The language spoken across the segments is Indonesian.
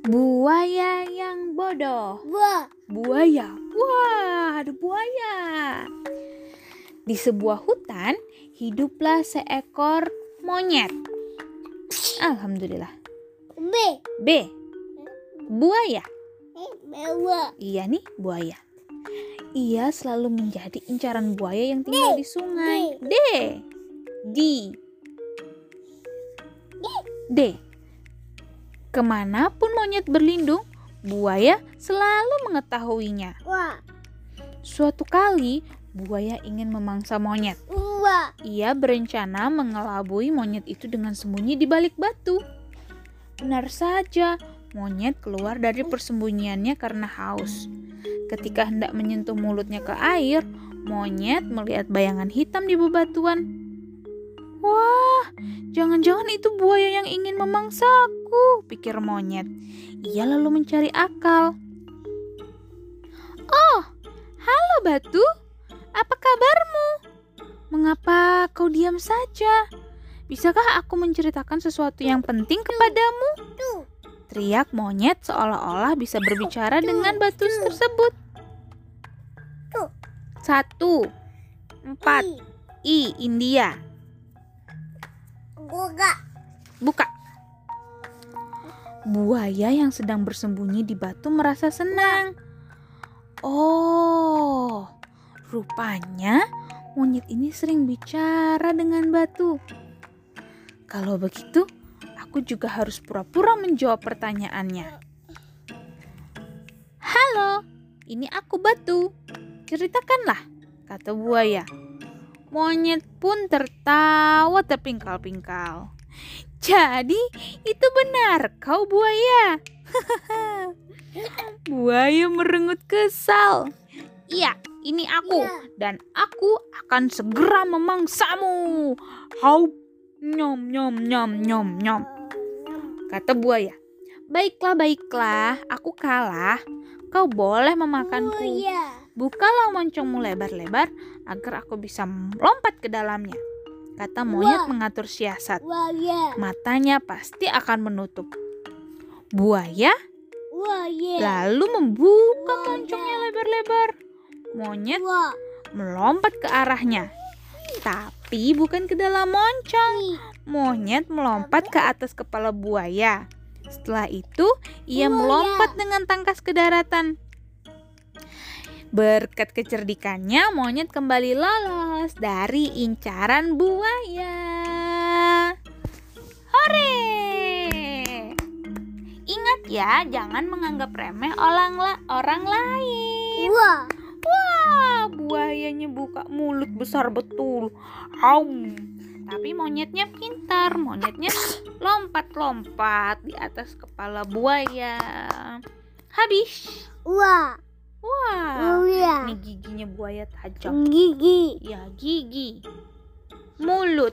Buaya yang bodoh. Buaya. Wah, ada buaya. Di sebuah hutan hiduplah seekor monyet. Alhamdulillah. B. Buaya. Iya nih, buaya. Ia selalu menjadi incaran buaya yang tinggal di sungai. D. Kemanapun monyet berlindung, buaya selalu mengetahuinya. Suatu kali, buaya ingin memangsa monyet. Ia berencana mengelabui monyet itu dengan sembunyi di balik batu. Benar saja, monyet keluar dari persembunyiannya karena haus. Ketika hendak menyentuh mulutnya ke air, monyet melihat bayangan hitam di bebatuan. Wah, jangan-jangan itu buaya yang ingin memangsaku, pikir monyet. Ia lalu mencari akal. Oh, halo batu, apa kabarmu? Mengapa kau diam saja? Bisakah aku menceritakan sesuatu yang penting kepadamu? Teriak monyet seolah-olah bisa berbicara dengan batu tersebut. 1, 4, I, India. Buka. Buaya yang sedang bersembunyi di batu merasa senang. Oh, rupanya monyet ini sering bicara dengan batu. Kalau begitu, aku juga harus pura-pura menjawab pertanyaannya. Halo, ini aku batu. Ceritakanlah, kata buaya. Monyet pun tertawa terpingkal-pingkal. Jadi, itu benar kau buaya. Buaya merengut kesal. Iya, ini aku. Dan aku akan segera memangsamu. Hau, nyom, nyom, nyom, nyom, nyom. Kata buaya. Baiklah, aku kalah. Kau boleh memakanku. Bukalah moncongmu lebar-lebar agar aku bisa lompat ke dalamnya. Kata monyet mengatur siasat. Matanya pasti akan menutup. Buaya lalu membuka moncongnya lebar-lebar. Monyet melompat ke arahnya. Tapi bukan ke dalam moncong. Monyet melompat ke atas kepala buaya. Setelah itu, ia melompat dengan tangkas ke daratan. Berkat kecerdikannya, monyet kembali lolos dari incaran buaya. Hore! Ingat ya, jangan menganggap remeh orang lain. Wah, buayanya buka mulut besar betul. Tapi monyetnya pintar. Monyetnya lompat-lompat di atas kepala buaya. Habis. Wah, ini giginya buaya tajam. Ya, gigi. Mulut.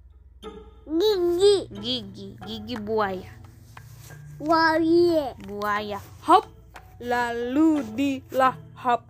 Gigi buaya. Buaya. Hop, lalu dilahap.